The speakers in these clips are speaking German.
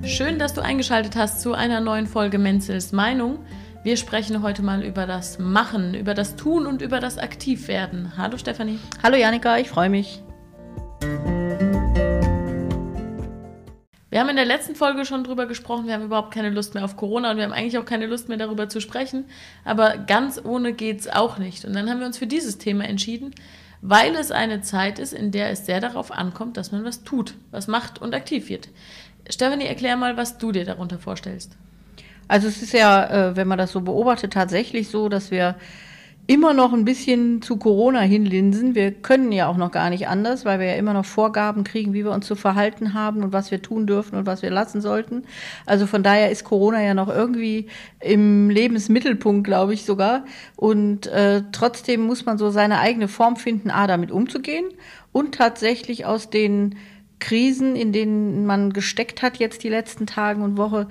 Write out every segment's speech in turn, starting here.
Schön, dass du eingeschaltet hast zu einer neuen Folge Menzels Meinung. Wir sprechen heute mal über das Machen, über das Tun und über das Aktivwerden. Hallo Stefanie. Hallo Janika, ich freue mich. Wir haben in der letzten Folge schon drüber gesprochen, wir haben überhaupt keine Lust mehr auf Corona und wir haben eigentlich auch keine Lust mehr darüber zu sprechen, aber ganz ohne geht's auch nicht. Und dann haben wir uns für dieses Thema entschieden, weil es eine Zeit ist, in der es sehr darauf ankommt, dass man was tut, was macht und aktiv wird. Stefanie, erklär mal, was du dir darunter vorstellst. Also es ist ja, wenn man das so beobachtet, tatsächlich so, dass wir immer noch ein bisschen zu Corona hinlinsen. Wir können ja auch noch gar nicht anders, weil wir ja immer noch Vorgaben kriegen, wie wir uns zu verhalten haben und was wir tun dürfen und was wir lassen sollten. Also von daher ist Corona ja noch irgendwie im Lebensmittelpunkt, glaube ich sogar. Und trotzdem muss man so seine eigene Form finden, damit umzugehen und tatsächlich aus den Krisen, in denen man gesteckt hat jetzt die letzten Tage und Wochen,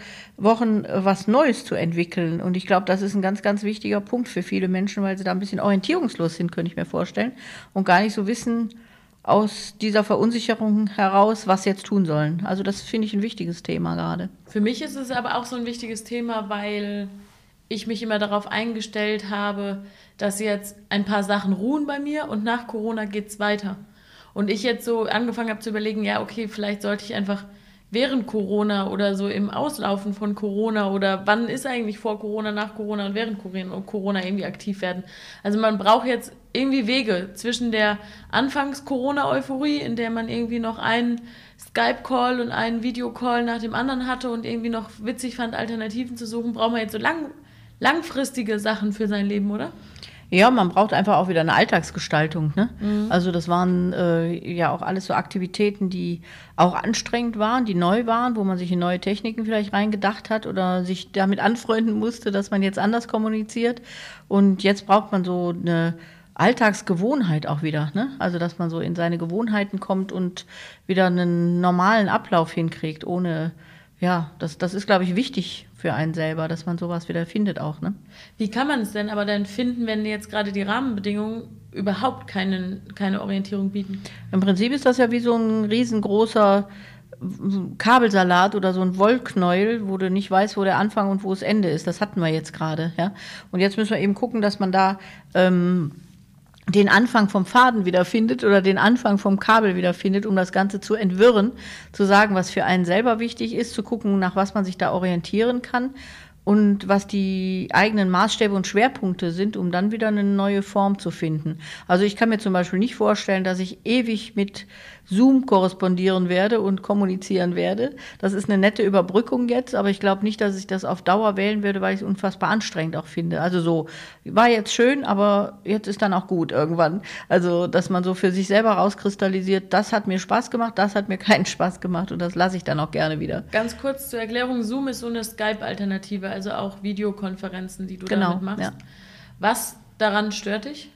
was Neues zu entwickeln. Und ich glaube, das ist ein ganz, ganz wichtiger Punkt für viele Menschen, weil sie da ein bisschen orientierungslos sind, könnte ich mir vorstellen, und gar nicht so wissen aus dieser Verunsicherung heraus, was sie jetzt tun sollen. Also das finde ich ein wichtiges Thema gerade. Für mich ist es aber auch so ein wichtiges Thema, weil ich mich immer darauf eingestellt habe, dass jetzt ein paar Sachen ruhen bei mir und nach Corona geht's weiter. Und ich jetzt so angefangen habe zu überlegen, ja, okay, vielleicht sollte ich einfach während Corona oder so im Auslaufen von Corona oder wann ist eigentlich vor Corona, nach Corona und während Corona irgendwie aktiv werden. Also man braucht jetzt irgendwie Wege zwischen der Anfangs-Corona-Euphorie, in der man irgendwie noch einen Skype-Call und einen Videocall nach dem anderen hatte und irgendwie noch witzig fand, Alternativen zu suchen, braucht man jetzt so langfristige Sachen für sein Leben, oder? Ja, man braucht einfach auch wieder eine Alltagsgestaltung, ne? Also das waren ja auch alles so Aktivitäten, die auch anstrengend waren, die neu waren, wo man sich in neue Techniken vielleicht reingedacht hat oder sich damit anfreunden musste, dass man jetzt anders kommuniziert. Und jetzt braucht man so eine Alltagsgewohnheit auch wieder, ne? Also dass man so in seine Gewohnheiten kommt und wieder einen normalen Ablauf hinkriegt, ohne, ja, das ist, glaube ich, wichtig für einen selber, dass man sowas wieder findet auch, ne? Wie kann man es denn aber dann finden, wenn jetzt gerade die Rahmenbedingungen überhaupt keine Orientierung bieten? Im Prinzip ist das ja wie so ein riesengroßer Kabelsalat oder so ein Wollknäuel, wo du nicht weißt, wo der Anfang und wo das Ende ist. Das hatten wir jetzt gerade, ja. Und jetzt müssen wir eben gucken, dass man da den Anfang vom Faden wiederfindet oder den Anfang vom Kabel wiederfindet, um das Ganze zu entwirren, zu sagen, was für einen selber wichtig ist, zu gucken, nach was man sich da orientieren kann und was die eigenen Maßstäbe und Schwerpunkte sind, um dann wieder eine neue Form zu finden. Also ich kann mir zum Beispiel nicht vorstellen, dass ich ewig mit Zoom korrespondieren werde und kommunizieren werde. Das ist eine nette Überbrückung jetzt, aber ich glaube nicht, dass ich das auf Dauer wählen würde, weil ich es unfassbar anstrengend auch finde. Also so, war jetzt schön, aber jetzt ist dann auch gut irgendwann. Also, dass man so für sich selber rauskristallisiert, das hat mir Spaß gemacht, das hat mir keinen Spaß gemacht und das lasse ich dann auch gerne wieder. Ganz kurz zur Erklärung, Zoom ist so eine Skype-Alternative, also auch Videokonferenzen, die du damit machst. Ja. Was daran stört dich?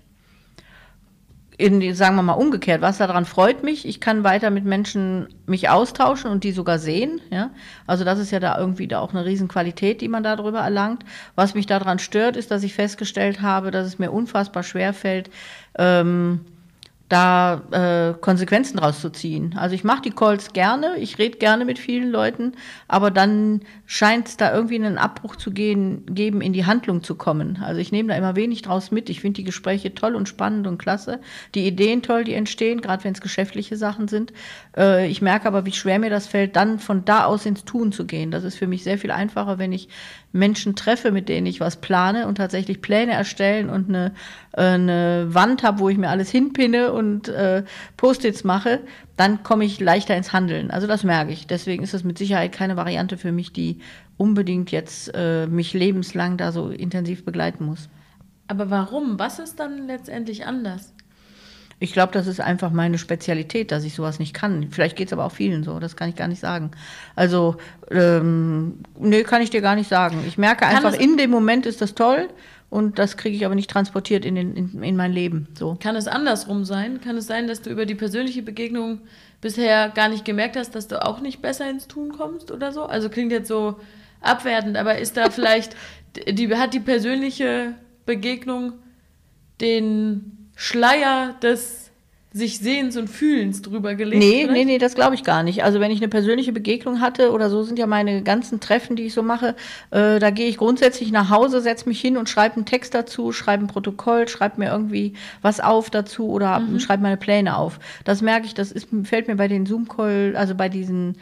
Sagen wir mal umgekehrt, was daran freut mich, ich kann weiter mit Menschen mich austauschen und die sogar sehen, ja. Also das ist ja da irgendwie da auch eine Riesenqualität, die man darüber erlangt. Was mich daran stört, ist, dass ich festgestellt habe, dass es mir unfassbar schwerfällt, da Konsequenzen draus zu ziehen. Also ich mache die Calls gerne, ich rede gerne mit vielen Leuten, aber dann scheint es da irgendwie einen Abbruch zu geben, in die Handlung zu kommen. Also ich nehme da immer wenig draus mit. Ich finde die Gespräche toll und spannend und klasse, die Ideen toll, die entstehen, gerade wenn es geschäftliche Sachen sind. Ich merke aber, wie schwer mir das fällt, dann von da aus ins Tun zu gehen. Das ist für mich sehr viel einfacher, wenn ich Menschen treffe, mit denen ich was plane und tatsächlich Pläne erstellen und eine Wand habe, wo ich mir alles hinpinne und Post-its mache, dann komme ich leichter ins Handeln. Also das merke ich. Deswegen ist das mit Sicherheit keine Variante für mich, die unbedingt jetzt mich lebenslang da so intensiv begleiten muss. Aber warum? Was ist dann letztendlich anders? Ich glaube, das ist einfach meine Spezialität, dass ich sowas nicht kann. Vielleicht geht es aber auch vielen so, das kann ich gar nicht sagen. Also, nee, kann ich dir gar nicht sagen. Ich merke einfach, in dem Moment ist das toll und das kriege ich aber nicht transportiert in mein Leben. So. Kann es andersrum sein? Kann es sein, dass du über die persönliche Begegnung bisher gar nicht gemerkt hast, dass du auch nicht besser ins Tun kommst oder so? Also klingt jetzt so abwertend, aber ist da vielleicht, hat die persönliche Begegnung den Schleier des sich Sehens und Fühlens drüber gelegt? Nee, das glaube ich gar nicht. Also wenn ich eine persönliche Begegnung hatte oder so, sind ja meine ganzen Treffen, die ich so mache, da gehe ich grundsätzlich nach Hause, setze mich hin und schreibe einen Text dazu, schreibe ein Protokoll, schreibe mir irgendwie was auf dazu oder schreibe meine Pläne auf. Das merke ich, fällt mir bei den Zoom-Call, also bei diesen,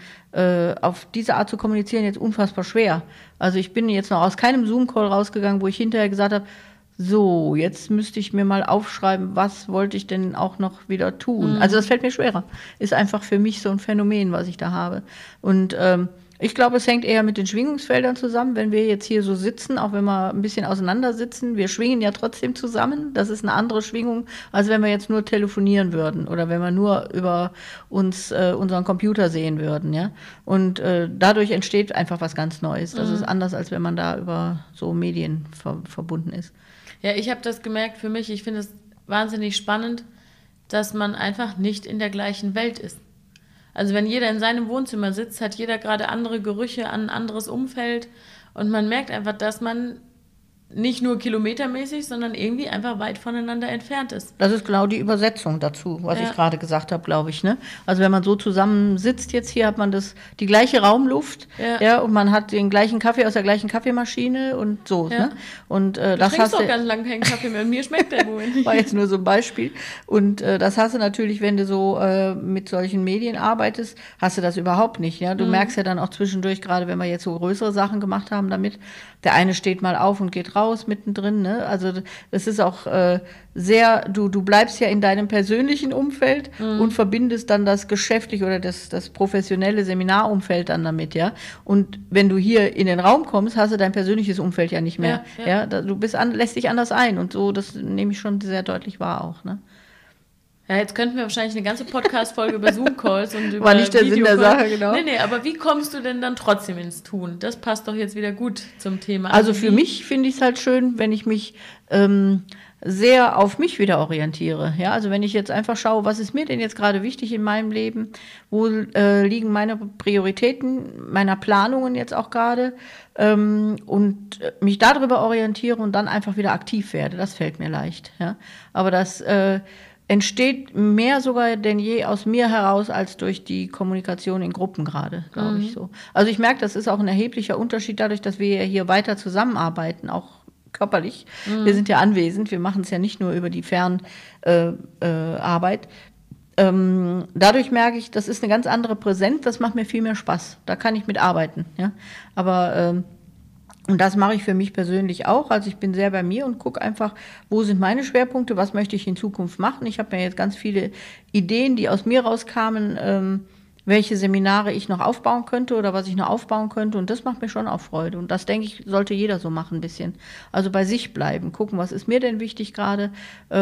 auf diese Art zu kommunizieren, jetzt unfassbar schwer. Also ich bin jetzt noch aus keinem Zoom-Call rausgegangen, wo ich hinterher gesagt habe, so, jetzt müsste ich mir mal aufschreiben, was wollte ich denn auch noch wieder tun. Also das fällt mir schwerer. Ist einfach für mich so ein Phänomen, was ich da habe. Und ich glaube, es hängt eher mit den Schwingungsfeldern zusammen, wenn wir jetzt hier so sitzen, auch wenn wir ein bisschen auseinander sitzen. Wir schwingen ja trotzdem zusammen. Das ist eine andere Schwingung, als wenn wir jetzt nur telefonieren würden oder wenn wir nur über unseren Computer sehen würden. Ja? Und dadurch entsteht einfach was ganz Neues. Das ist anders, als wenn man da über so Medien verbunden ist. Ja, ich habe das gemerkt für mich. Ich finde es wahnsinnig spannend, dass man einfach nicht in der gleichen Welt ist. Also wenn jeder in seinem Wohnzimmer sitzt, hat jeder gerade andere Gerüche, ein anderes Umfeld und man merkt einfach, dass man nicht nur kilometermäßig, sondern irgendwie einfach weit voneinander entfernt ist. Das ist genau die Übersetzung dazu, was ich gerade gesagt habe, glaube ich. Ne? Also wenn man so zusammen sitzt jetzt hier, hat man die gleiche Raumluft, ja, und man hat den gleichen Kaffee aus der gleichen Kaffeemaschine und so. Ja. Ne? Und das trinkst doch ganz lange keinen Kaffee mehr und mir schmeckt der wohl nicht. War jetzt nur so ein Beispiel. Und das hast du natürlich, wenn du so mit solchen Medien arbeitest, hast du das überhaupt nicht. Ja? Du merkst ja dann auch zwischendurch, gerade wenn wir jetzt so größere Sachen gemacht haben damit, der eine steht mal auf und geht raus mittendrin, ne? Also das ist auch sehr, du bleibst ja in deinem persönlichen Umfeld und verbindest dann das geschäftliche oder das professionelle Seminarumfeld dann damit, ja. Und wenn du hier in den Raum kommst, hast du dein persönliches Umfeld ja nicht mehr. Ja. Du lässt dich anders ein und so, das nehme ich schon sehr deutlich wahr auch, ne? Ja, jetzt könnten wir wahrscheinlich eine ganze Podcast-Folge über Zoom-Calls und über War nicht der Sinn der Sache, genau. Nee, aber wie kommst du denn dann trotzdem ins Tun? Das passt doch jetzt wieder gut zum Thema. Also für mich finde ich es halt schön, wenn ich mich sehr auf mich wieder orientiere. Ja, also wenn ich jetzt einfach schaue, was ist mir denn jetzt gerade wichtig in meinem Leben? Wo liegen meine Prioritäten, meiner Planungen jetzt auch gerade? Und mich darüber orientiere und dann einfach wieder aktiv werde. Das fällt mir leicht. Ja, aber das entsteht mehr sogar denn je aus mir heraus als durch die Kommunikation in Gruppen gerade, glaube ich so. Also ich merke, das ist auch ein erheblicher Unterschied dadurch, dass wir ja hier weiter zusammenarbeiten, auch körperlich. Wir sind ja anwesend, wir machen es ja nicht nur über die Fernarbeit. Dadurch merke ich, das ist eine ganz andere Präsenz, das macht mir viel mehr Spaß. Da kann ich mitarbeiten. Ja? Aber und das mache ich für mich persönlich auch. Also ich bin sehr bei mir und gucke einfach, wo sind meine Schwerpunkte, was möchte ich in Zukunft machen. Ich habe mir jetzt ganz viele Ideen, die aus mir rauskamen, welche Seminare ich noch aufbauen könnte oder was ich noch aufbauen könnte. Und das macht mir schon auch Freude. Und das, denke ich, sollte jeder so machen ein bisschen. Also bei sich bleiben, gucken, was ist mir denn wichtig gerade.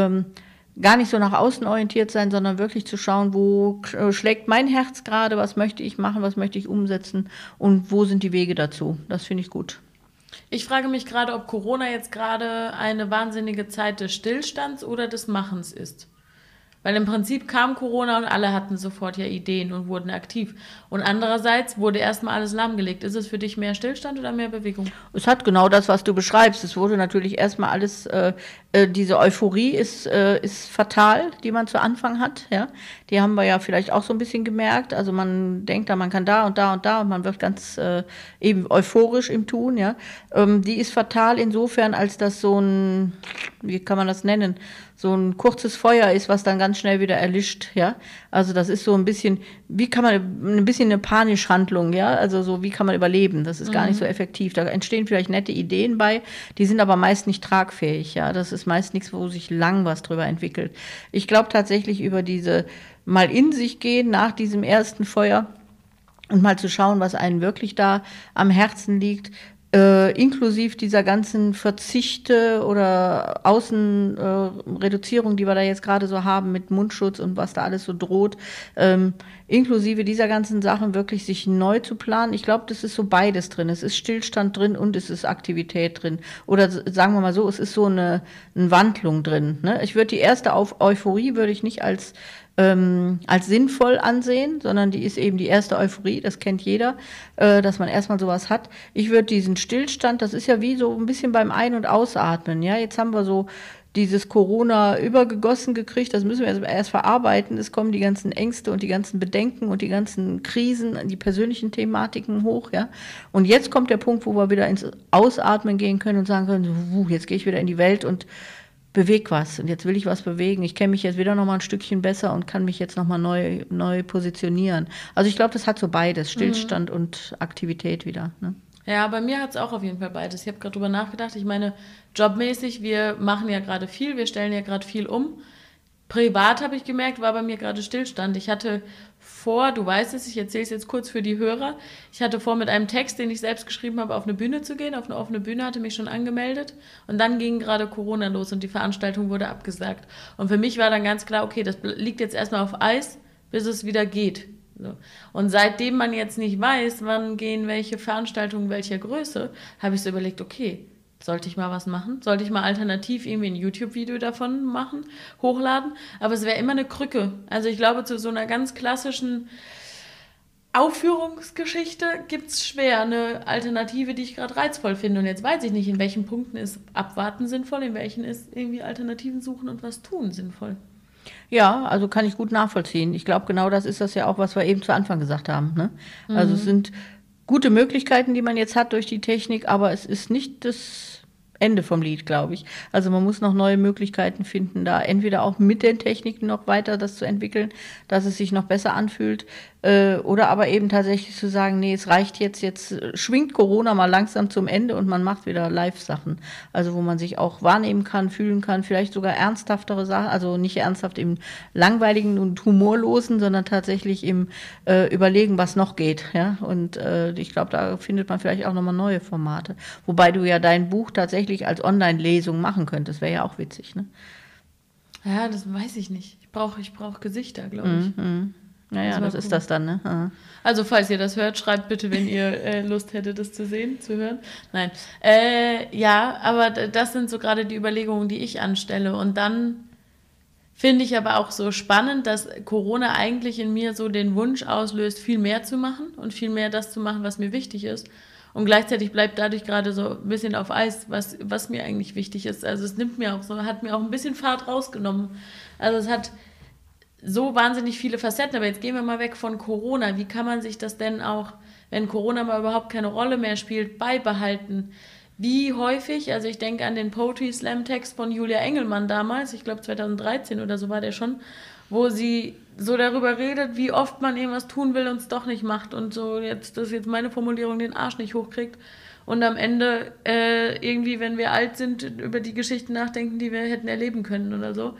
Gar nicht so nach außen orientiert sein, sondern wirklich zu schauen, wo schlägt mein Herz gerade, was möchte ich machen, was möchte ich umsetzen und wo sind die Wege dazu. Das finde ich gut. Ich frage mich gerade, ob Corona jetzt gerade eine wahnsinnige Zeit des Stillstands oder des Machens ist. Weil im Prinzip kam Corona und alle hatten sofort ja Ideen und wurden aktiv. Und andererseits wurde erstmal alles lahmgelegt. Ist es für dich mehr Stillstand oder mehr Bewegung? Es hat genau das, was du beschreibst. Es wurde natürlich erstmal alles, diese Euphorie ist fatal, die man zu Anfang hat. Ja? Die haben wir ja vielleicht auch so ein bisschen gemerkt. Also man denkt da, man kann da und da und da und man wird ganz eben euphorisch im Tun. Ja? Die ist fatal insofern, als das so ein, wie kann man das nennen, so ein kurzes Feuer ist, was dann ganz schnell wieder erlischt, ja. Also das ist so ein bisschen, ein bisschen eine Panischhandlung, ja. Also so, wie kann man überleben? Das ist gar nicht so effektiv. Da entstehen vielleicht nette Ideen bei, die sind aber meist nicht tragfähig, ja. Das ist meist nichts, wo sich lang was drüber entwickelt. Ich glaube tatsächlich über diese mal in sich gehen nach diesem ersten Feuer und mal zu schauen, was einem wirklich da am Herzen liegt, inklusive dieser ganzen Verzichte oder Außenreduzierung, die wir da jetzt gerade so haben mit Mundschutz und was da alles so droht, inklusive dieser ganzen Sachen wirklich sich neu zu planen. Ich glaube, das ist so beides drin. Es ist Stillstand drin und es ist Aktivität drin. Oder sagen wir mal so, es ist so eine Wandlung drin. Ne? Ich würde die erste Euphorie würde ich nicht als sinnvoll ansehen, sondern die ist eben die erste Euphorie, das kennt jeder, dass man erstmal sowas hat. Ich würde diesen Stillstand, das ist ja wie so ein bisschen beim Ein- und Ausatmen, ja, jetzt haben wir so dieses Corona übergegossen gekriegt, das müssen wir erst verarbeiten. Es kommen die ganzen Ängste und die ganzen Bedenken und die ganzen Krisen, die persönlichen Thematiken hoch, ja. Und jetzt kommt der Punkt, wo wir wieder ins Ausatmen gehen können und sagen können, jetzt gehe ich wieder in die Welt und bewege was. Und jetzt will ich was bewegen. Ich kenne mich jetzt wieder noch mal ein Stückchen besser und kann mich jetzt noch mal neu positionieren. Also ich glaube, das hat so beides, Stillstand und Aktivität wieder, ne? Ja, bei mir hat es auch auf jeden Fall beides. Ich habe gerade drüber nachgedacht. Ich meine, jobmäßig, wir machen ja gerade viel, wir stellen ja gerade viel um. Privat habe ich gemerkt, war bei mir gerade Stillstand. Ich hatte vor, du weißt es, ich erzähle es jetzt kurz für die Hörer, ich hatte vor, mit einem Text, den ich selbst geschrieben habe, auf eine Bühne zu gehen, auf eine offene Bühne, hatte mich schon angemeldet und dann ging gerade Corona los und die Veranstaltung wurde abgesagt. Und für mich war dann ganz klar, okay, das liegt jetzt erstmal auf Eis, bis es wieder geht. So. Und seitdem man jetzt nicht weiß, wann gehen welche Veranstaltungen welcher Größe, habe ich so überlegt, okay, sollte ich mal was machen? Sollte ich mal alternativ irgendwie ein YouTube-Video davon machen, hochladen? Aber es wäre immer eine Krücke. Also ich glaube, zu so einer ganz klassischen Aufführungsgeschichte gibt es schwer eine Alternative, die ich gerade reizvoll finde. Und jetzt weiß ich nicht, in welchen Punkten ist Abwarten sinnvoll, in welchen ist irgendwie Alternativen suchen und was tun sinnvoll. Ja, also kann ich gut nachvollziehen. Ich glaube, genau das ist das ja auch, was wir eben zu Anfang gesagt haben, ne? Also es sind gute Möglichkeiten, die man jetzt hat durch die Technik, aber es ist nicht das Ende vom Lied, glaube ich. Also man muss noch neue Möglichkeiten finden, da entweder auch mit den Techniken noch weiter das zu entwickeln, dass es sich noch besser anfühlt, oder aber eben tatsächlich zu sagen, nee, es reicht jetzt schwingt Corona mal langsam zum Ende und man macht wieder Live-Sachen. Also wo man sich auch wahrnehmen kann, fühlen kann, vielleicht sogar ernsthaftere Sachen, also nicht ernsthaft im langweiligen und humorlosen, sondern tatsächlich im Überlegen, was noch geht. Ja? Und ich glaube, da findet man vielleicht auch nochmal neue Formate. Wobei du ja dein Buch tatsächlich als Online-Lesung machen könntest, wäre ja auch witzig, ne? Ja, das weiß ich nicht. Ich brauch Gesichter, glaube ich. Naja, das ist das dann, ne? Aha. Also, falls ihr das hört, schreibt bitte, wenn ihr Lust hättet, das zu sehen, zu hören. Nein. Ja, aber das sind so gerade die Überlegungen, die ich anstelle. Und dann finde ich aber auch so spannend, dass Corona eigentlich in mir so den Wunsch auslöst, viel mehr zu machen und viel mehr das zu machen, was mir wichtig ist. Und gleichzeitig bleibt dadurch gerade so ein bisschen auf Eis, was mir eigentlich wichtig ist. Also es nimmt mir auch so, hat mir auch ein bisschen Fahrt rausgenommen. Also es hat so wahnsinnig viele Facetten, aber jetzt gehen wir mal weg von Corona. Wie kann man sich das denn auch, wenn Corona mal überhaupt keine Rolle mehr spielt, beibehalten? Wie häufig, also ich denke an den Poetry Slam Text von Julia Engelmann damals, ich glaube 2013 oder so war der schon, wo sie so darüber redet, wie oft man irgendwas tun will und es doch nicht macht und so, das ist jetzt meine Formulierung, den Arsch nicht hochkriegt und am Ende irgendwie, wenn wir alt sind, über die Geschichten nachdenken, die wir hätten erleben können oder so.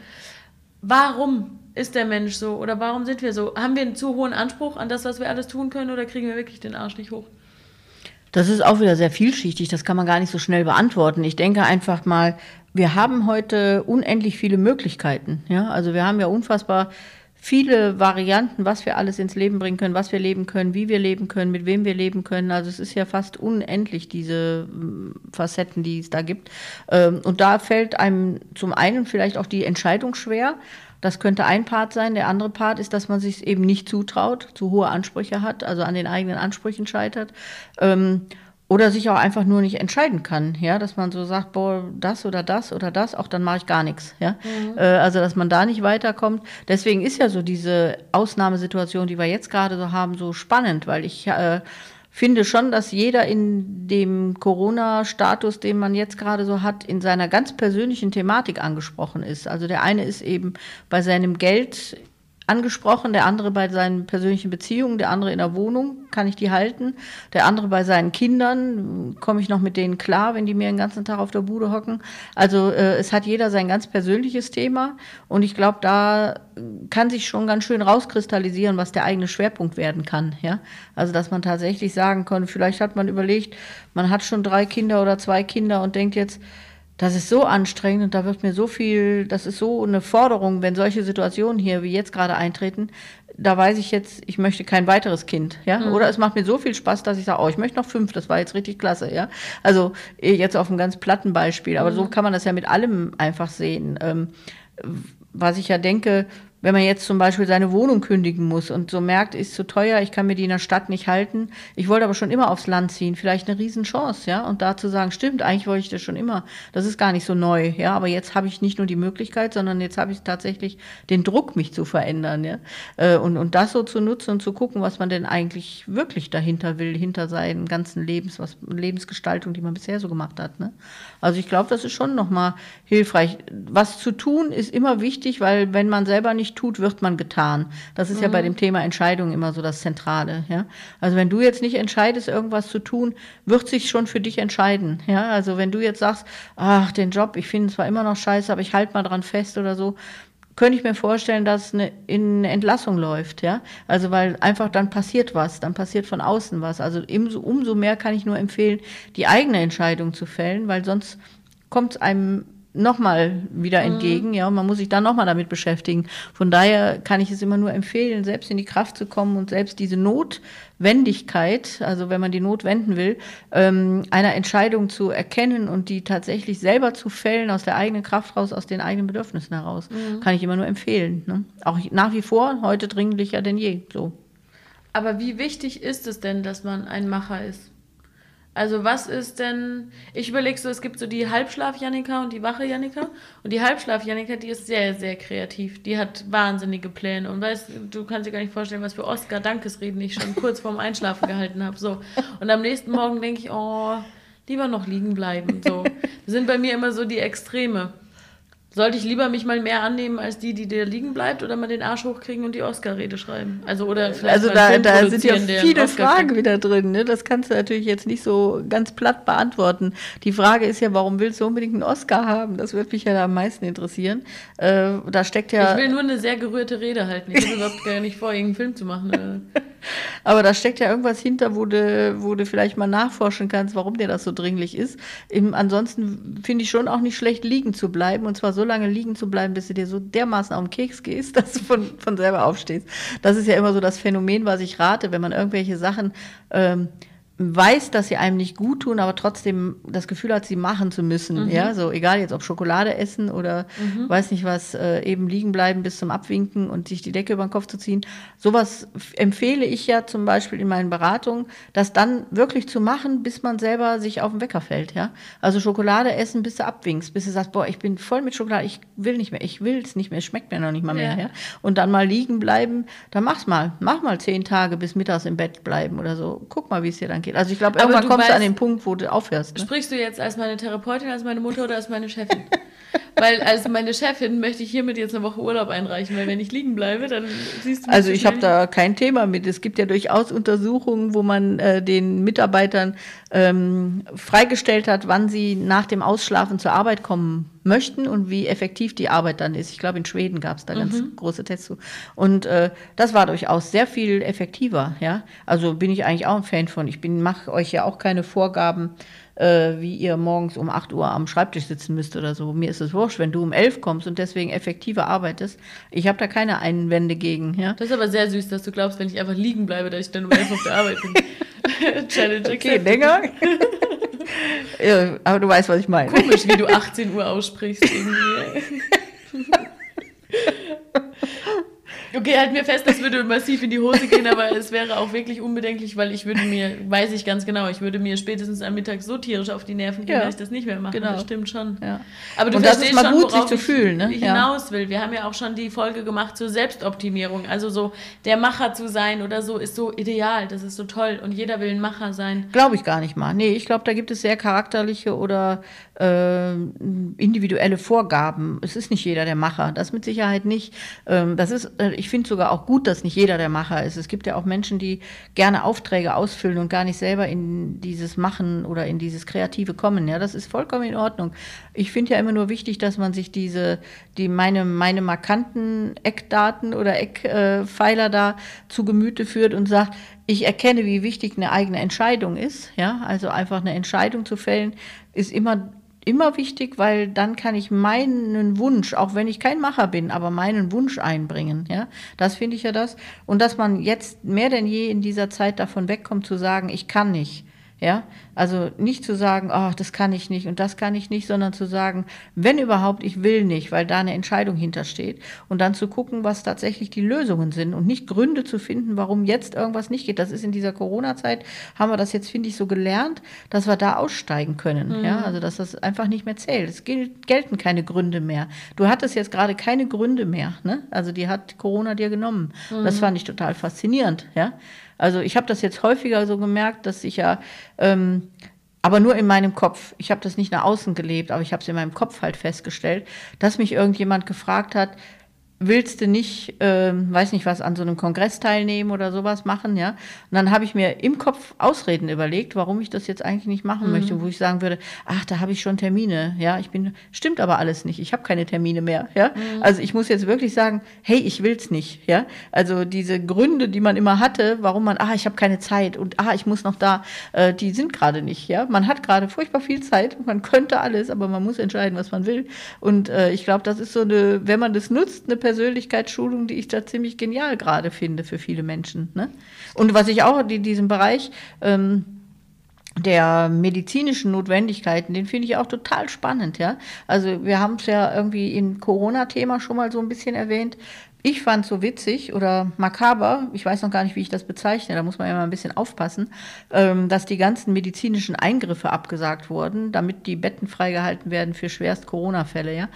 Warum ist der Mensch so oder warum sind wir so? Haben wir einen zu hohen Anspruch an das, was wir alles tun können oder kriegen wir wirklich den Arsch nicht hoch? Das ist auch wieder sehr vielschichtig, das kann man gar nicht so schnell beantworten. Ich denke einfach mal, wir haben heute unendlich viele Möglichkeiten. Ja? Also wir haben ja unfassbar viele Varianten, was wir alles ins Leben bringen können, was wir leben können, wie wir leben können, mit wem wir leben können. Also es ist ja fast unendlich, diese Facetten, die es da gibt. Und da fällt einem zum einen vielleicht auch die Entscheidung schwer. Das könnte ein Part sein. Der andere Part ist, dass man sich eben nicht zutraut, zu hohe Ansprüche hat, also an den eigenen Ansprüchen scheitert. Oder sich auch einfach nur nicht entscheiden kann, ja, dass man so sagt, boah, das oder das oder das, auch dann mache ich gar nichts, ja. Also, dass man da nicht weiterkommt. Deswegen ist ja so diese Ausnahmesituation, die wir jetzt gerade so haben, so spannend, weil ich finde schon, dass jeder in dem Corona-Status, den man jetzt gerade so hat, in seiner ganz persönlichen Thematik angesprochen ist. Also der eine ist eben bei seinem Geld angesprochen, der andere bei seinen persönlichen Beziehungen, der andere in der Wohnung, kann ich die halten, der andere bei seinen Kindern, komme ich noch mit denen klar, wenn die mir den ganzen Tag auf der Bude hocken. Also es hat jeder sein ganz persönliches Thema und ich glaube, da kann sich schon ganz schön rauskristallisieren, was der eigene Schwerpunkt werden kann. Ja? Also dass man tatsächlich sagen kann, vielleicht hat man überlegt, man hat schon 3 Kinder oder 2 Kinder und denkt jetzt, das ist so anstrengend und da wird mir so viel, das ist so eine Forderung, wenn solche Situationen hier wie jetzt gerade eintreten, da weiß ich jetzt, ich möchte kein weiteres Kind, ja, oder es macht mir so viel Spaß, dass ich sage, oh, ich möchte noch 5, das war jetzt richtig klasse, ja, also jetzt auf einem ganz platten Beispiel, aber so kann man das ja mit allem einfach sehen. Was ich ja denke, wenn man jetzt zum Beispiel seine Wohnung kündigen muss und so merkt, ist zu teuer, ich kann mir die in der Stadt nicht halten. Ich wollte aber schon immer aufs Land ziehen, vielleicht eine Riesenchance, ja. Und da zu sagen, stimmt, eigentlich wollte ich das schon immer. Das ist gar nicht so neu, ja. Aber jetzt habe ich nicht nur die Möglichkeit, sondern jetzt habe ich tatsächlich den Druck, mich zu verändern, ja. Und das so zu nutzen und zu gucken, was man denn eigentlich wirklich dahinter will, hinter seinen ganzen Lebensgestaltung, die man bisher so gemacht hat, ne. Also ich glaube, das ist schon nochmal hilfreich. Was zu tun ist immer wichtig, weil wenn man selber nicht tut, wird man getan. Das ist ja bei dem Thema Entscheidung immer so das Zentrale. Ja? Also wenn du jetzt nicht entscheidest, irgendwas zu tun, wird sich schon für dich entscheiden. Ja? Also wenn du jetzt sagst, ach, den Job, ich finde es zwar immer noch scheiße, aber ich halte mal dran fest oder so, könnte ich mir vorstellen, dass in eine Entlassung läuft. Ja? Also weil einfach dann passiert was, dann passiert von außen was. Also umso mehr kann ich nur empfehlen, die eigene Entscheidung zu fällen, weil sonst kommt es einem nochmal wieder entgegen, ja, und man muss sich dann nochmal damit beschäftigen. Von daher kann ich es immer nur empfehlen, selbst in die Kraft zu kommen und selbst diese Notwendigkeit, also wenn man die Not wenden will, einer Entscheidung zu erkennen und die tatsächlich selber zu fällen, aus der eigenen Kraft raus, aus den eigenen Bedürfnissen heraus, kann ich immer nur empfehlen. Ne? Auch nach wie vor, heute dringlicher denn je. So. Aber wie wichtig ist es denn, dass man ein Macher ist? Also was ist denn, ich überlege so, es gibt so die Halbschlaf-Jannika und die Wache-Jannika. Und die Halbschlaf-Jannika, die ist sehr, sehr kreativ. Die hat wahnsinnige Pläne. Und weißt du, kannst dir gar nicht vorstellen, was für Oscar-Dankesreden ich schon kurz vorm Einschlafen gehalten habe. So. Und am nächsten Morgen denke ich, oh, lieber noch liegen bleiben. So. Das sind bei mir immer so die Extreme. Sollte ich lieber mich mal mehr annehmen als die da liegen bleibt oder mal den Arsch hochkriegen und die Oscar-Rede schreiben? Also, oder vielleicht also da sind ja viele Fragen wieder drin. Ne? Das kannst du natürlich jetzt nicht so ganz platt beantworten. Die Frage ist ja, warum willst du unbedingt einen Oscar haben? Das würde mich ja da am meisten interessieren. Da steckt ja... Ich will nur eine sehr gerührte Rede halten. Ich habe überhaupt gar nicht vor, irgendeinen Film zu machen. Aber da steckt ja irgendwas hinter, wo du vielleicht mal nachforschen kannst, warum dir das so dringlich ist. Ansonsten finde ich schon auch nicht schlecht, liegen zu bleiben. Und zwar so lange liegen zu bleiben, bis du dir so dermaßen auf den Keks gehst, dass du von selber aufstehst. Das ist ja immer so das Phänomen, was ich rate, wenn man irgendwelche Sachen weiß, dass sie einem nicht gut tun, aber trotzdem das Gefühl hat, sie machen zu müssen. Ja, so egal jetzt ob Schokolade essen oder weiß nicht was, eben liegen bleiben bis zum Abwinken und sich die Decke über den Kopf zu ziehen. Sowas empfehle ich ja zum Beispiel in meinen Beratungen, das dann wirklich zu machen, bis man selber sich auf den Wecker fällt. Ja, also Schokolade essen, bis du abwinkst, bis du sagst, boah, ich bin voll mit Schokolade, ich will nicht mehr, ich will es nicht mehr, es schmeckt mir noch nicht mal mehr. Ja. Und dann mal liegen bleiben, dann mach mal 10 Tage bis mittags im Bett bleiben oder so. Guck mal, wie es dir dann geht. Also ich glaube, irgendwann kommst du an den Punkt, wo du aufhörst. Ne? Sprichst du jetzt als meine Therapeutin, als meine Mutter oder als meine Chefin? Weil als meine Chefin möchte ich hiermit jetzt eine Woche Urlaub einreichen, weil wenn ich liegen bleibe, dann siehst du mich. Also ich habe da kein Thema mit. Es gibt ja durchaus Untersuchungen, wo man den Mitarbeitern freigestellt hat, wann sie nach dem Ausschlafen zur Arbeit kommen möchten und wie effektiv die Arbeit dann ist. Ich glaube, in Schweden gab es da ganz große Tests zu. Und das war durchaus sehr viel effektiver. Ja? Also bin ich eigentlich auch ein Fan von. Ich mache euch ja auch keine Vorgaben, wie ihr morgens um 8 Uhr am Schreibtisch sitzen müsst oder so. Mir ist es wurscht, wenn du um 11 kommst und deswegen effektiver arbeitest. Ich habe da keine Einwände gegen. Ja? Das ist aber sehr süß, dass du glaubst, wenn ich einfach liegen bleibe, dass ich dann um 11 auf der Arbeit bin. Challenge okay, länger. Ja, aber du weißt, was ich meine. Komisch, wie du 18 Uhr aussprichst irgendwie. Okay, halt mir fest, das würde massiv in die Hose gehen, aber es wäre auch wirklich unbedenklich, weil weiß ich ganz genau, ich würde mir spätestens am Mittag so tierisch auf die Nerven gehen, dass ich das nicht mehr mache. Genau. Das stimmt schon. Ja. Aber du verstehst schon, worauf ich hinaus will. Wir haben ja auch schon die Folge gemacht zur Selbstoptimierung. Also so der Macher zu sein oder so ist so ideal, das ist so toll und jeder will ein Macher sein. Glaube ich gar nicht mal. Nee, ich glaube, da gibt es sehr charakterliche oder individuelle Vorgaben. Es ist nicht jeder der Macher, das mit Sicherheit nicht. Ich finde sogar auch gut, dass nicht jeder der Macher ist. Es gibt ja auch Menschen, die gerne Aufträge ausfüllen und gar nicht selber in dieses Machen oder in dieses Kreative kommen. Ja, das ist vollkommen in Ordnung. Ich finde ja immer nur wichtig, dass man sich meine markanten Eckdaten oder Eckpfeiler da zu Gemüte führt und sagt, ich erkenne, wie wichtig eine eigene Entscheidung ist. Ja, also einfach eine Entscheidung zu fällen, ist immer wichtig, weil dann kann ich meinen Wunsch, auch wenn ich kein Macher bin, aber meinen Wunsch einbringen. Ja, das finde ich ja das. Und dass man jetzt mehr denn je in dieser Zeit davon wegkommt zu sagen, ich kann nicht. Ja, also nicht zu sagen, ach, das kann ich nicht und das kann ich nicht, sondern zu sagen, wenn überhaupt, ich will nicht, weil da eine Entscheidung hintersteht. Und dann zu gucken, was tatsächlich die Lösungen sind und nicht Gründe zu finden, warum jetzt irgendwas nicht geht. Das ist in dieser Corona-Zeit, haben wir das jetzt, finde ich, so gelernt, dass wir da aussteigen können. Ja, also dass das einfach nicht mehr zählt. Es gelten keine Gründe mehr. Du hattest jetzt gerade keine Gründe mehr. Ne? Also die hat Corona dir genommen. Das fand ich total faszinierend. Ja. Also ich habe das jetzt häufiger so gemerkt, dass ich ja, aber nur in meinem Kopf, ich habe das nicht nach außen gelebt, aber ich habe es in meinem Kopf halt festgestellt, dass mich irgendjemand gefragt hat, willst du nicht, weiß nicht was, an so einem Kongress teilnehmen oder sowas machen, ja? Und dann habe ich mir im Kopf Ausreden überlegt, warum ich das jetzt eigentlich nicht machen möchte, wo ich sagen würde, ach, da habe ich schon Termine, ja? Stimmt aber alles nicht, ich habe keine Termine mehr, ja? Also ich muss jetzt wirklich sagen, hey, ich will's nicht, ja? Also diese Gründe, die man immer hatte, warum man, ich habe keine Zeit und ich muss noch da, die sind gerade nicht, ja? Man hat gerade furchtbar viel Zeit, man könnte alles, aber man muss entscheiden, was man will. Und ich glaube, das ist so eine, wenn man das nutzt, eine Persönlichkeitsschulung, die ich da ziemlich genial gerade finde für viele Menschen. Ne? Und was ich auch in diesem Bereich der medizinischen Notwendigkeiten, den finde ich auch total spannend. Ja? Also wir haben es ja irgendwie im Corona-Thema schon mal so ein bisschen erwähnt. Ich fand es so witzig oder makaber, ich weiß noch gar nicht, wie ich das bezeichne, da muss man ja mal ein bisschen aufpassen, dass die ganzen medizinischen Eingriffe abgesagt wurden, damit die Betten freigehalten werden für schwerst Corona-Fälle. Ja?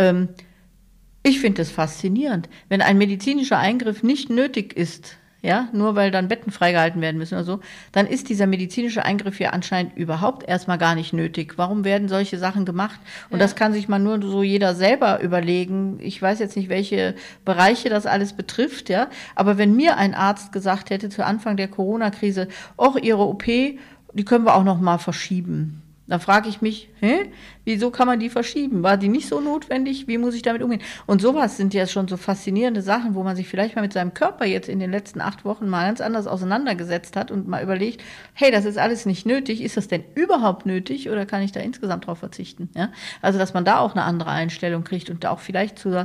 Ich finde es faszinierend, wenn ein medizinischer Eingriff nicht nötig ist, ja, nur weil dann Betten freigehalten werden müssen oder so, dann ist dieser medizinische Eingriff ja anscheinend überhaupt erstmal gar nicht nötig. Warum werden solche Sachen gemacht? Und das kann sich mal nur so jeder selber überlegen. Ich weiß jetzt nicht, welche Bereiche das alles betrifft, ja, aber wenn mir ein Arzt gesagt hätte zu Anfang der Corona-Krise, Ihre OP, die können wir auch noch mal verschieben. Da frage ich mich, wieso kann man die verschieben? War die nicht so notwendig? Wie muss ich damit umgehen? Und sowas sind ja schon so faszinierende Sachen, wo man sich vielleicht mal mit seinem Körper jetzt in den letzten 8 Wochen mal ganz anders auseinandergesetzt hat und mal überlegt, hey, das ist alles nicht nötig. Ist das denn überhaupt nötig oder kann ich da insgesamt drauf verzichten? Ja? Also, dass man da auch eine andere Einstellung kriegt und da auch vielleicht zur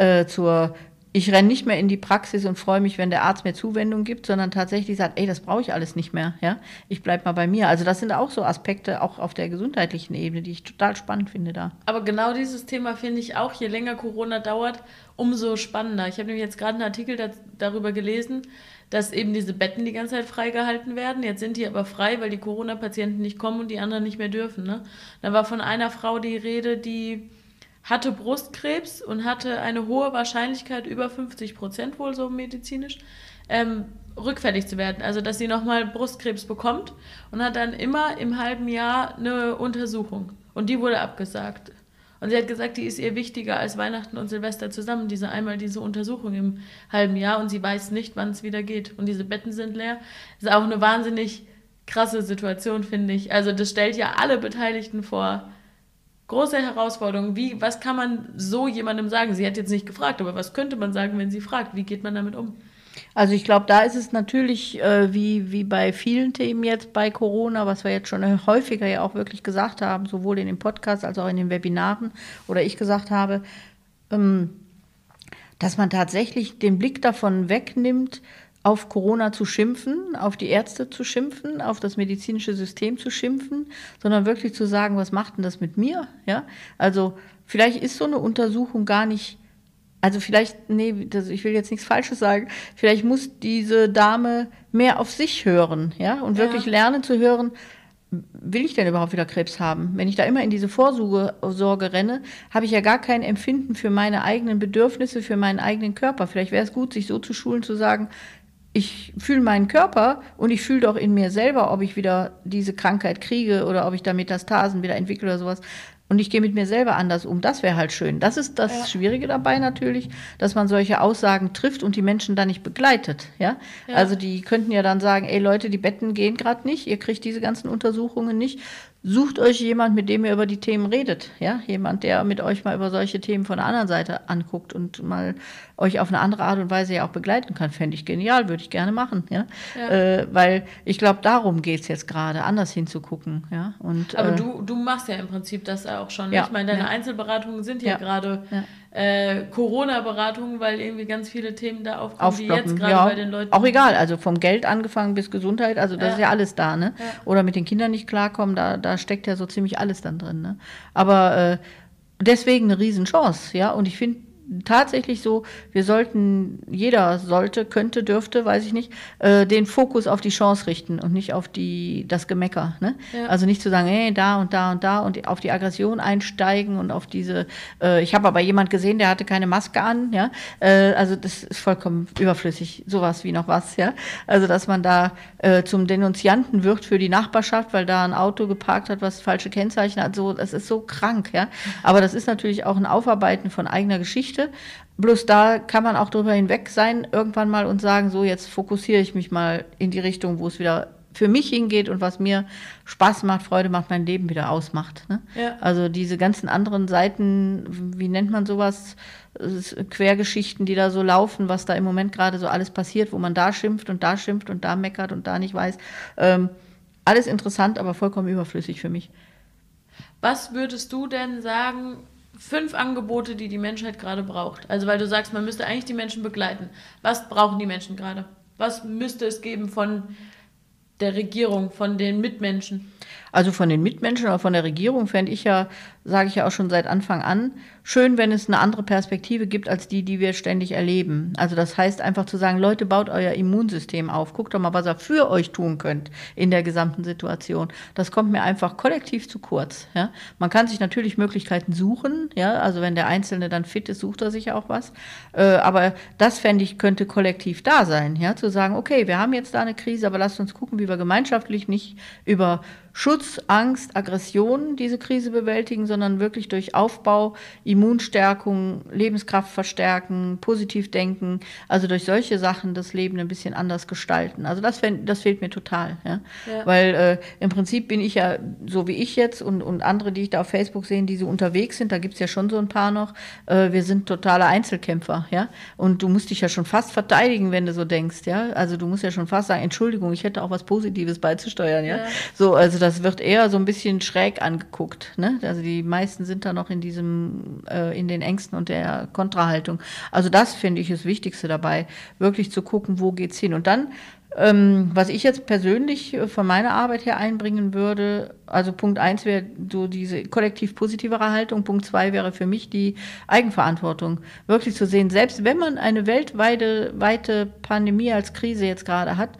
ich renne nicht mehr in die Praxis und freue mich, wenn der Arzt mir Zuwendung gibt, sondern tatsächlich sagt, das brauche ich alles nicht mehr. Ja? Ich bleibe mal bei mir. Also das sind auch so Aspekte, auch auf der gesundheitlichen Ebene, die ich total spannend finde da. Aber genau dieses Thema finde ich auch, je länger Corona dauert, umso spannender. Ich habe nämlich jetzt gerade einen Artikel darüber gelesen, dass eben diese Betten die ganze Zeit freigehalten werden. Jetzt sind die aber frei, weil die Corona-Patienten nicht kommen und die anderen nicht mehr dürfen. Ne? Da war von einer Frau die Rede, die hatte Brustkrebs und hatte eine hohe Wahrscheinlichkeit, über 50% wohl so medizinisch, rückfällig zu werden. Also, dass sie nochmal Brustkrebs bekommt und hat dann immer im halben Jahr eine Untersuchung. Und die wurde abgesagt. Und sie hat gesagt, die ist ihr wichtiger als Weihnachten und Silvester zusammen, diese Untersuchung im halben Jahr. Und sie weiß nicht, wann es wieder geht. Und diese Betten sind leer. Das ist auch eine wahnsinnig krasse Situation, finde ich. Also, das stellt ja alle Beteiligten vor große Herausforderung. Was kann man so jemandem sagen? Sie hat jetzt nicht gefragt, aber was könnte man sagen, wenn sie fragt? Wie geht man damit um? Also ich glaube, da ist es natürlich wie bei vielen Themen jetzt bei Corona, was wir jetzt schon häufiger ja auch wirklich gesagt haben, sowohl in dem Podcast als auch in den Webinaren oder ich gesagt habe, dass man tatsächlich den Blick davon wegnimmt, auf Corona zu schimpfen, auf die Ärzte zu schimpfen, auf das medizinische System zu schimpfen, sondern wirklich zu sagen, was macht denn das mit mir? Ja? Also vielleicht ist so eine Untersuchung gar nicht, also vielleicht, ich will jetzt nichts Falsches sagen, vielleicht muss diese Dame mehr auf sich hören, ja, und wirklich lernen zu hören, will ich denn überhaupt wieder Krebs haben? Wenn ich da immer in diese Vorsorge renne, habe ich ja gar kein Empfinden für meine eigenen Bedürfnisse, für meinen eigenen Körper. Vielleicht wäre es gut, sich so zu schulen, zu sagen, ich fühle meinen Körper und ich fühle doch in mir selber, ob ich wieder diese Krankheit kriege oder ob ich da Metastasen wieder entwickle oder sowas. Und ich gehe mit mir selber anders um. Das wäre halt schön. Das ist das Schwierige dabei natürlich, dass man solche Aussagen trifft und die Menschen dann nicht begleitet. Ja? Also die könnten ja dann sagen, Leute, die Betten gehen gerade nicht, ihr kriegt diese ganzen Untersuchungen nicht. Sucht euch jemand, mit dem ihr über die Themen redet. Ja? Jemand, der mit euch mal über solche Themen von der anderen Seite anguckt und mal euch auf eine andere Art und Weise ja auch begleiten kann. Fände ich genial, würde ich gerne machen. Ja? Weil ich glaube, darum geht es jetzt gerade, anders hinzugucken. Ja? Und, aber du machst ja im Prinzip das auch schon. Ja, ich meine, deine Einzelberatungen sind ja gerade Corona-Beratungen, weil irgendwie ganz viele Themen da aufkommen, die jetzt Aufploppen, gerade ja. bei den Leuten. Auch egal, also vom Geld angefangen bis Gesundheit, also das Ja. ist ja alles da, ne? Ja. Oder mit den Kindern nicht klarkommen, da steckt ja so ziemlich alles dann drin, ne? Aber deswegen eine Riesenchance, ja. Und ich finde tatsächlich so, jeder sollte, könnte, dürfte, weiß ich nicht, den Fokus auf die Chance richten und nicht auf das Gemecker. Ne? Ja. Also nicht zu sagen, hey, da und da und da und auf die Aggression einsteigen und auf diese, ich habe aber jemand gesehen, der hatte keine Maske an, ja. Also das ist vollkommen überflüssig, sowas wie noch was, ja. Also dass man da zum Denunzianten wird für die Nachbarschaft, weil da ein Auto geparkt hat, was falsche Kennzeichen hat, so, das ist so krank, ja. Aber das ist natürlich auch ein Aufarbeiten von eigener Geschichte. Bloß da kann man auch drüber hinweg sein, irgendwann mal und sagen, so jetzt fokussiere ich mich mal in die Richtung, wo es wieder für mich hingeht und was mir Spaß macht, Freude macht, mein Leben wieder ausmacht. Ne? Ja. Also diese ganzen anderen Seiten, wie nennt man sowas, Quergeschichten, die da so laufen, was da im Moment gerade so alles passiert, wo man da schimpft und da meckert und da nicht weiß. Alles interessant, aber vollkommen überflüssig für mich. Was würdest du denn sagen, 5 Angebote, die die Menschheit gerade braucht? Also weil du sagst, man müsste eigentlich die Menschen begleiten. Was brauchen die Menschen gerade? Was müsste es geben von der Regierung, von den Mitmenschen? Also von den Mitmenschen oder von der Regierung fände ich ja, sage ich ja auch schon seit Anfang an, schön, wenn es eine andere Perspektive gibt als die wir ständig erleben. Also das heißt einfach zu sagen, Leute, baut euer Immunsystem auf, guckt doch mal, was ihr für euch tun könnt in der gesamten Situation. Das kommt mir einfach kollektiv zu kurz. Ja? Man kann sich natürlich Möglichkeiten suchen, ja, also wenn der Einzelne dann fit ist, sucht er sich ja auch was. Aber das fände ich, könnte kollektiv da sein, ja, zu sagen, okay, wir haben jetzt da eine Krise, aber lasst uns gucken, wie wir gemeinschaftlich nicht über Schutz, Angst, Aggression diese Krise bewältigen, sondern wirklich durch Aufbau, Immunstärkung, Lebenskraft verstärken, positiv denken, also durch solche Sachen das Leben ein bisschen anders gestalten. Also das fehlt mir total. Ja? Ja. Weil im Prinzip bin ich ja, so wie ich jetzt und andere, die ich da auf Facebook sehe, die so unterwegs sind, da gibt es ja schon so ein paar noch, wir sind totale Einzelkämpfer. Ja? Und du musst dich ja schon fast verteidigen, wenn du so denkst. Ja? Also du musst ja schon fast sagen, Entschuldigung, ich hätte auch was Positives beizusteuern. Ja? Ja. So, also das wird eher so ein bisschen schräg angeguckt. Ne? Also die meisten sind da noch in den Ängsten und der Kontrahaltung. Also das finde ich das Wichtigste dabei, wirklich zu gucken, wo geht's hin. Und dann, was ich jetzt persönlich von meiner Arbeit her einbringen würde, also Punkt 1 wäre so diese kollektiv positivere Haltung, Punkt 2 wäre für mich die Eigenverantwortung. Wirklich zu sehen, selbst wenn man eine weltweite Pandemie als Krise jetzt gerade hat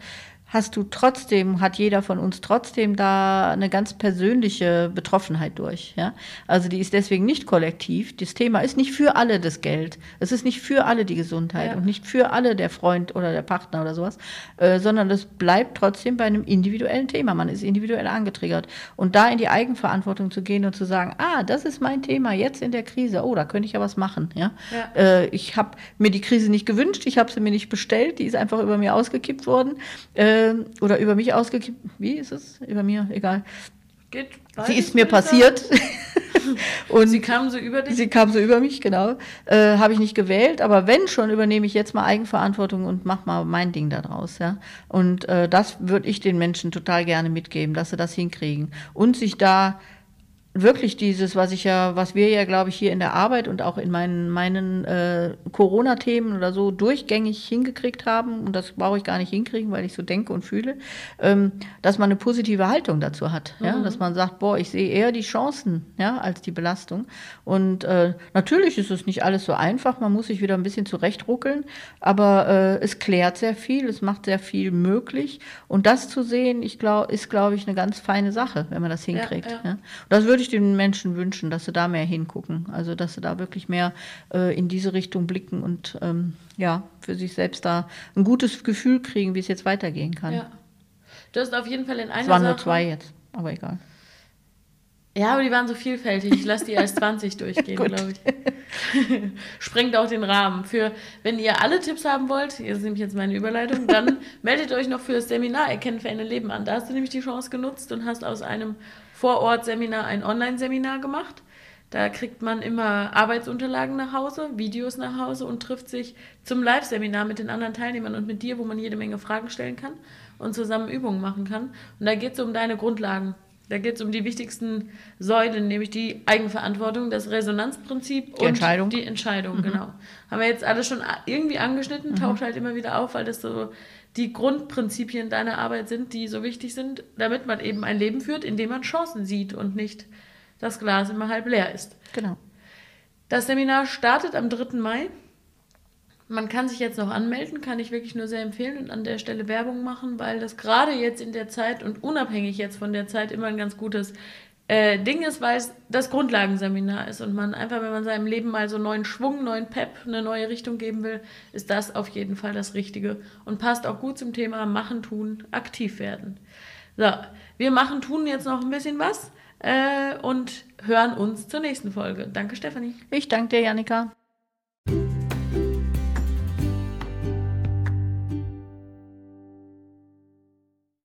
hat jeder von uns trotzdem da eine ganz persönliche Betroffenheit durch. Ja? Also die ist deswegen nicht kollektiv. Das Thema ist nicht für alle das Geld. Es ist nicht für alle die Gesundheit und nicht für alle der Freund oder der Partner oder sowas, sondern es bleibt trotzdem bei einem individuellen Thema. Man ist individuell angetriggert. Und da in die Eigenverantwortung zu gehen und zu sagen, das ist mein Thema jetzt in der Krise. Oh, da könnte ich ja was machen. Ja? Ich habe mir die Krise nicht gewünscht, ich habe sie mir nicht bestellt, die ist einfach über mir ausgekippt worden. Oder über mich ausgekippt. Wie ist es? Über mir? Egal. Sie ist mir passiert. Und sie kam so über dich? Sie kam so über mich, genau. Habe ich nicht gewählt, aber wenn schon, übernehme ich jetzt mal Eigenverantwortung und mache mal mein Ding da draus. Ja? Und das würde ich den Menschen total gerne mitgeben, dass sie das hinkriegen. Und sich da wirklich was wir ja, glaube ich, hier in der Arbeit und auch in meinen Corona-Themen oder so durchgängig hingekriegt haben, und das brauche ich gar nicht hinkriegen, weil ich so denke und fühle, dass man eine positive Haltung dazu hat. Ja? Dass man sagt, boah, ich sehe eher die Chancen, ja, als die Belastung. Und natürlich ist es nicht alles so einfach, man muss sich wieder ein bisschen zurechtruckeln, aber es klärt sehr viel, es macht sehr viel möglich. Und das zu sehen, ist, glaube ich, eine ganz feine Sache, wenn man das hinkriegt. Ja. Ja? Das würde ich den Menschen wünschen, dass sie da mehr hingucken. Also, dass sie da wirklich mehr in diese Richtung blicken und für sich selbst da ein gutes Gefühl kriegen, wie es jetzt weitergehen kann. Ja. Du hast auf jeden Fall in einer Sache... Es waren nur 2 jetzt, aber egal. Ja, aber die waren so vielfältig. Ich lasse die als 20 durchgehen, glaube ich. Sprengt auch den Rahmen. Wenn ihr alle Tipps haben wollt, hier ist nämlich jetzt meine Überleitung, dann meldet euch noch für das Seminar Erkennen, Verändern, Leben an. Da hast du nämlich die Chance genutzt und hast aus einem Vorort-Seminar ein Online-Seminar gemacht. Da kriegt man immer Arbeitsunterlagen nach Hause, Videos nach Hause und trifft sich zum Live-Seminar mit den anderen Teilnehmern und mit dir, wo man jede Menge Fragen stellen kann und zusammen Übungen machen kann. Und da geht es um deine Grundlagen. Da geht es um die wichtigsten Säulen, nämlich die Eigenverantwortung, das Resonanzprinzip Die Entscheidung. Die Entscheidung, genau. Haben wir jetzt alles schon irgendwie angeschnitten, taucht halt immer wieder auf, weil das so die Grundprinzipien deiner Arbeit sind, die so wichtig sind, damit man eben ein Leben führt, in dem man Chancen sieht und nicht das Glas immer halb leer ist. Genau. Das Seminar startet am 3. Mai. Man kann sich jetzt noch anmelden, kann ich wirklich nur sehr empfehlen und an der Stelle Werbung machen, weil das gerade jetzt in der Zeit und unabhängig jetzt von der Zeit immer ein ganz gutes Ding ist, weil es das Grundlagenseminar ist und man einfach, wenn man seinem Leben mal so neuen Schwung, neuen Pep, eine neue Richtung geben will, ist das auf jeden Fall das Richtige und passt auch gut zum Thema Machen, Tun, aktiv werden. So, wir machen, tun jetzt noch ein bisschen was und hören uns zur nächsten Folge. Danke, Stefanie. Ich danke dir, Jannika.